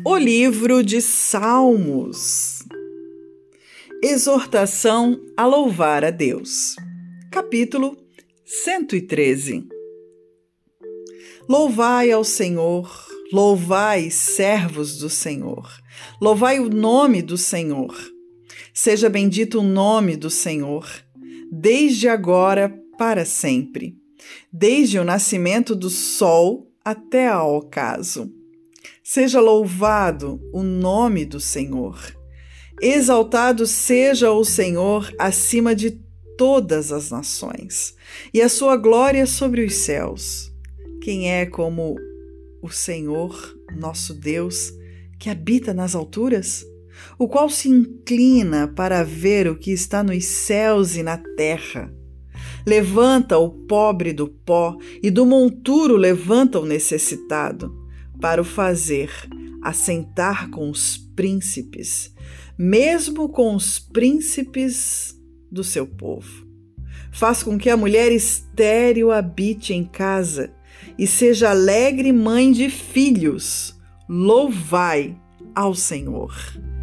O livro de Salmos. Exortação a louvar a Deus. Capítulo 113. Louvai ao Senhor, louvai, servos do Senhor. Louvai o nome do Senhor. Seja bendito o nome do Senhor, desde agora para sempre, desde o nascimento do sol até ao ocaso. Seja louvado o nome do Senhor. Exaltado seja o Senhor acima de todas as nações, e a sua glória sobre os céus. Quem é como o Senhor, nosso Deus, que habita nas alturas? O qual se inclina para ver o que está nos céus e na terra. Levanta o pobre do pó e do monturo levanta o necessitado, para o fazer assentar com os príncipes, mesmo com os príncipes do seu povo. Faz com que a mulher estéril habite em casa e seja alegre mãe de filhos. Louvai ao Senhor.